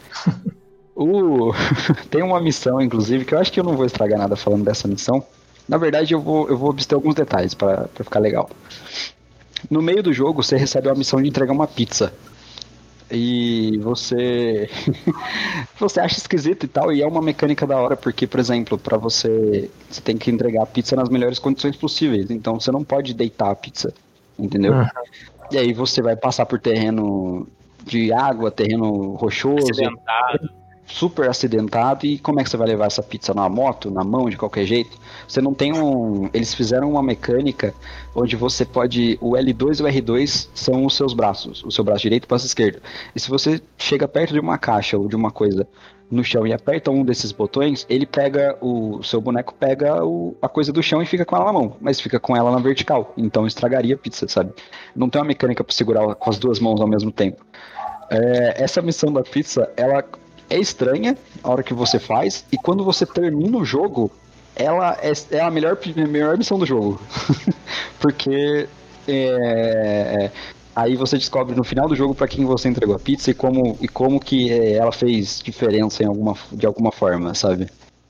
B: Tem uma missão, inclusive, que eu acho que eu não vou estragar nada falando dessa missão. Na verdade, eu vou obster alguns detalhes pra ficar legal. No meio do jogo, você recebe a missão de entregar uma pizza. E você acha esquisito e tal, e é uma mecânica da hora, porque, por exemplo, pra você tem que entregar a pizza nas melhores condições possíveis, então você não pode deitar a pizza, entendeu? E aí você vai passar por terreno de água, terreno rochoso, super acidentado, e como é que você vai levar essa pizza? Na moto, na mão, de qualquer jeito? Você não tem eles fizeram uma mecânica onde você pode... O L2 e o R2 são os seus braços, o seu braço direito e o braço esquerdo. E se você chega perto de uma caixa ou de uma coisa no chão e aperta um desses botões, ele pega, o seu boneco pega a coisa do chão e fica com ela na mão, mas fica com ela na vertical, então estragaria a pizza, sabe? Não tem uma mecânica para segurar com as 2 mãos ao mesmo tempo. Essa missão da pizza, ela é estranha a hora que você faz, e quando você termina o jogo, ela é a melhor missão do jogo. Porque aí você descobre no final do jogo pra quem você entregou a pizza e como que ela fez diferença de alguma forma, sabe?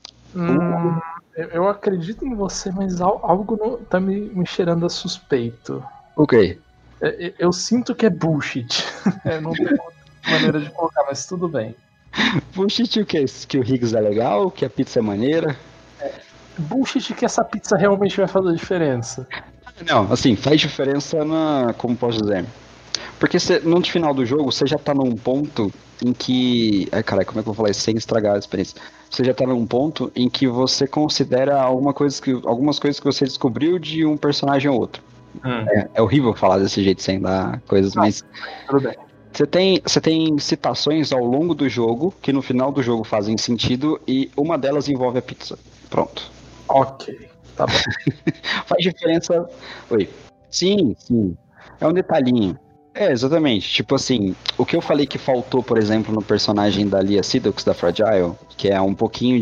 C: Eu acredito em você, mas algo tá me cheirando a suspeito.
B: O quê?
C: Eu sinto que é bullshit. Não tem outra maneira de colocar, mas tudo bem.
B: Bullshit o quê? Que o Higgs é legal, que a pizza é maneira?
C: Bullshit que essa pizza realmente vai fazer diferença.
B: Não, assim, faz diferença como posso dizer? Porque no final do jogo, você já tá num ponto em que... Ai, caralho, como é que eu vou falar isso sem estragar a experiência? Você já tá num ponto em que você considera algumas coisas que você descobriu de um personagem ou outro. É horrível falar desse jeito sem dar coisas, mas...
C: Tudo bem.
B: Você tem citações ao longo do jogo que no final do jogo fazem sentido e uma delas envolve a pizza. Pronto.
C: Ok, tá bom.
B: Faz diferença... Oi. Sim, sim. É um detalhinho. É, exatamente. Tipo assim, o que eu falei que faltou, por exemplo, no personagem da Lia Sidux, da Fragile, que é um pouquinho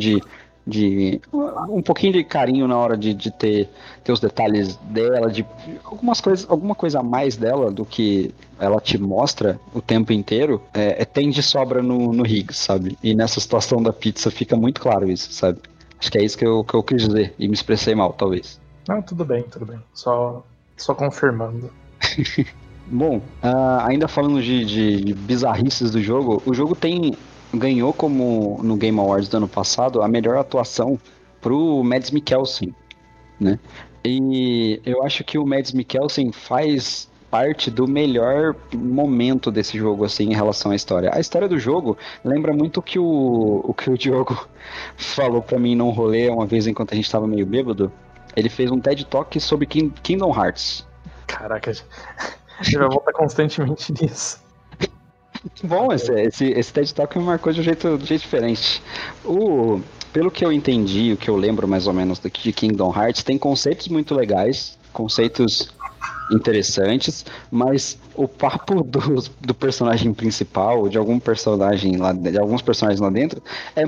B: um pouquinho de carinho na hora de ter os detalhes dela, de alguma coisa a mais dela do que ela te mostra o tempo inteiro, tem de sobra no Higgs, sabe? E nessa situação da pizza fica muito claro isso, sabe? Acho que é isso que eu quis dizer, e me expressei mal, talvez.
C: Não, tudo bem, tudo bem. Só confirmando.
B: Bom, ainda falando de bizarrices do jogo, o jogo ganhou como no Game Awards do ano passado a melhor atuação pro Mads Mikkelsen, né? E eu acho que o Mads Mikkelsen faz parte do melhor momento desse jogo, assim, em relação à história. A história do jogo lembra muito o que o Diogo falou pra mim num rolê uma vez enquanto a gente tava meio bêbado. Ele fez um TED Talk sobre Kingdom Hearts.
C: Caraca, ele vai voltar constantemente nisso.
B: Bom, esse TED Talk me marcou de um jeito diferente. Pelo que eu entendi, o que eu lembro mais ou menos de Kingdom Hearts, tem conceitos muito legais, conceitos interessantes, mas o papo do personagem principal, de alguns personagens lá dentro, é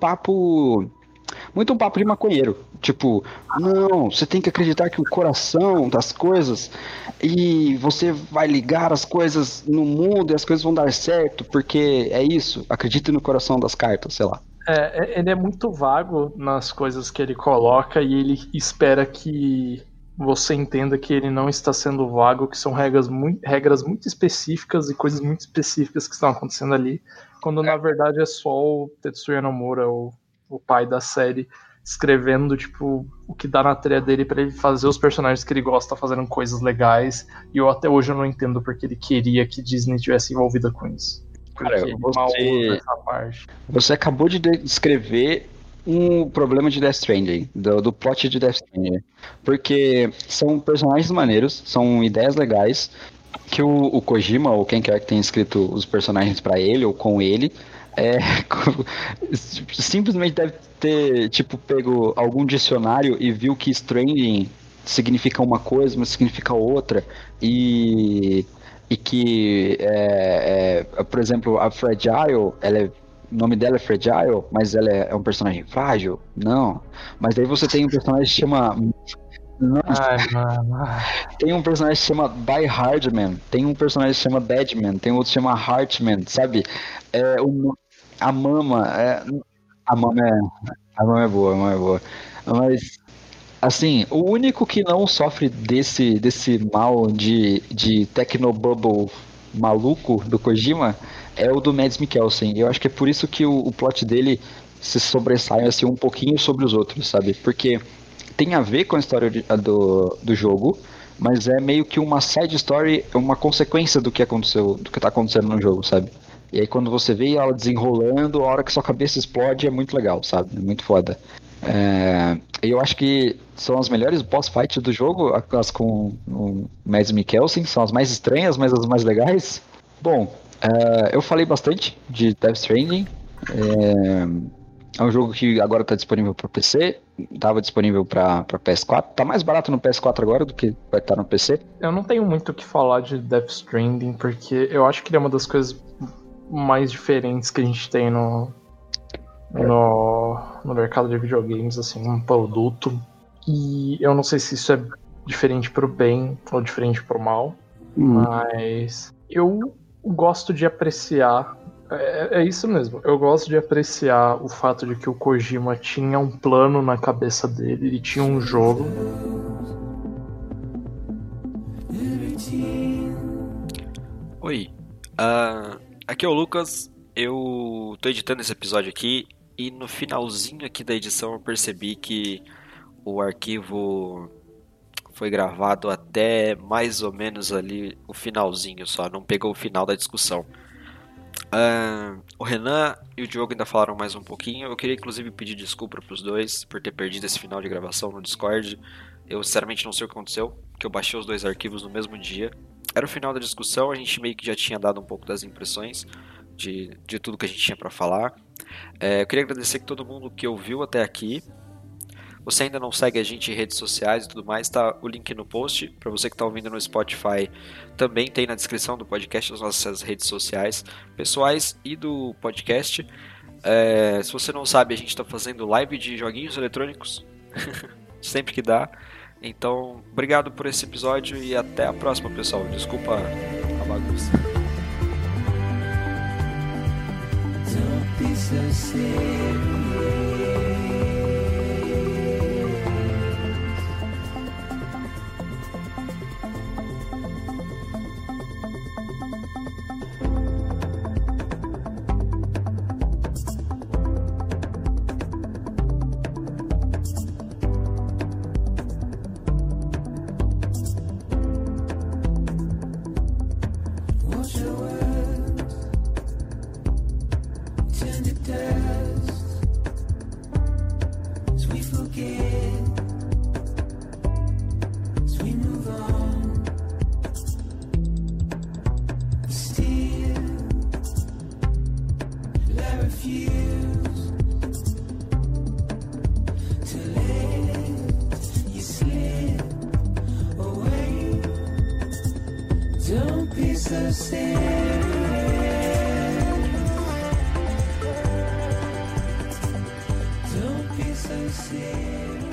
B: muito um papo de maconheiro. Tipo, não, você tem que acreditar que o coração das coisas e você vai ligar as coisas no mundo e as coisas vão dar certo, porque é isso, acredite no coração das cartas, sei lá.
C: Ele é muito vago nas coisas que ele coloca e ele espera que você entenda que ele não está sendo vago, que são regras muito específicas e coisas muito específicas que estão acontecendo ali, quando na verdade é só o Tetsuya Nomura, o pai da série, escrevendo tipo o que dá na telha dele para ele fazer os personagens que ele gosta fazendo coisas legais, e eu até hoje eu não entendo porque ele queria que Disney tivesse envolvida com isso.
B: Cara, você acabou de descrever um problema de Death Stranding, do plot de Death Stranding. Porque são personagens maneiros, são ideias legais, que o Kojima, ou quem quer que tenha escrito os personagens pra ele, ou com ele, simplesmente deve ter, tipo, pego algum dicionário e viu que Stranding significa uma coisa, mas significa outra, e que, por exemplo, a Fragile, o nome dela é Fragile, mas ela é um personagem frágil? Não. Mas daí você tem um personagem que chama...
C: Ai, mano.
B: Tem um personagem que chama Die Hardman, tem um personagem que chama Deadman, tem outro que chama Heartman, sabe? A Mama, a Mama é boa, a Mama é boa. Mas, assim, o único que não sofre desse mal de Tecnobubble maluco do Kojima é o do Mads Mikkelsen. Eu acho que é por isso que o plot dele se sobressai assim, um pouquinho sobre os outros, sabe? Porque tem a ver com a história do jogo, mas é meio que uma side story, uma consequência do que aconteceu, do que tá acontecendo no jogo, sabe? E aí quando você vê ela desenrolando, a hora que sua cabeça explode é muito legal, sabe? É muito foda. Eu acho que são as melhores boss fights do jogo, as com o Mads Mikkelsen, são as mais estranhas, mas as mais legais. Bom, eu falei bastante de Death Stranding. É um jogo que agora está disponível para PC, estava disponível para PS4. Tá mais barato no PS4 agora do que vai estar no PC.
C: Eu não tenho muito o que falar de Death Stranding, porque eu acho que ele é uma das coisas mais diferentes que a gente tem no mercado de videogames, assim, um produto. E eu não sei se isso é diferente pro bem ou diferente pro mal, mas eu gosto de apreciar. É isso mesmo, eu gosto de apreciar o fato de que o Kojima tinha um plano na cabeça dele, ele tinha um jogo.
D: Oi, aqui é o Lucas, eu tô editando esse episódio aqui e no finalzinho aqui da edição eu percebi que o arquivo foi gravado até mais ou menos ali o finalzinho só, não pegou o final da discussão. O Renan e o Diogo ainda falaram mais um pouquinho. Eu queria inclusive pedir desculpa pros dois por ter perdido esse final de gravação no Discord. Eu sinceramente não sei o que aconteceu, porque eu baixei os dois arquivos no mesmo dia. Era o final da discussão, a gente meio que já tinha dado um pouco das impressões de tudo que a gente tinha pra falar. Eu queria agradecer a todo mundo que ouviu até aqui. você ainda não segue a gente em redes sociais e tudo mais, tá o link no post. Para você que está ouvindo no Spotify, também tem na descrição do podcast as nossas redes sociais pessoais e do podcast. Se você não sabe, a gente está fazendo live de joguinhos eletrônicos sempre que dá. Então, obrigado por esse episódio e até a próxima, pessoal. Desculpa a bagunça. Don't be so serious. Don't be so serious. Don't be so serious.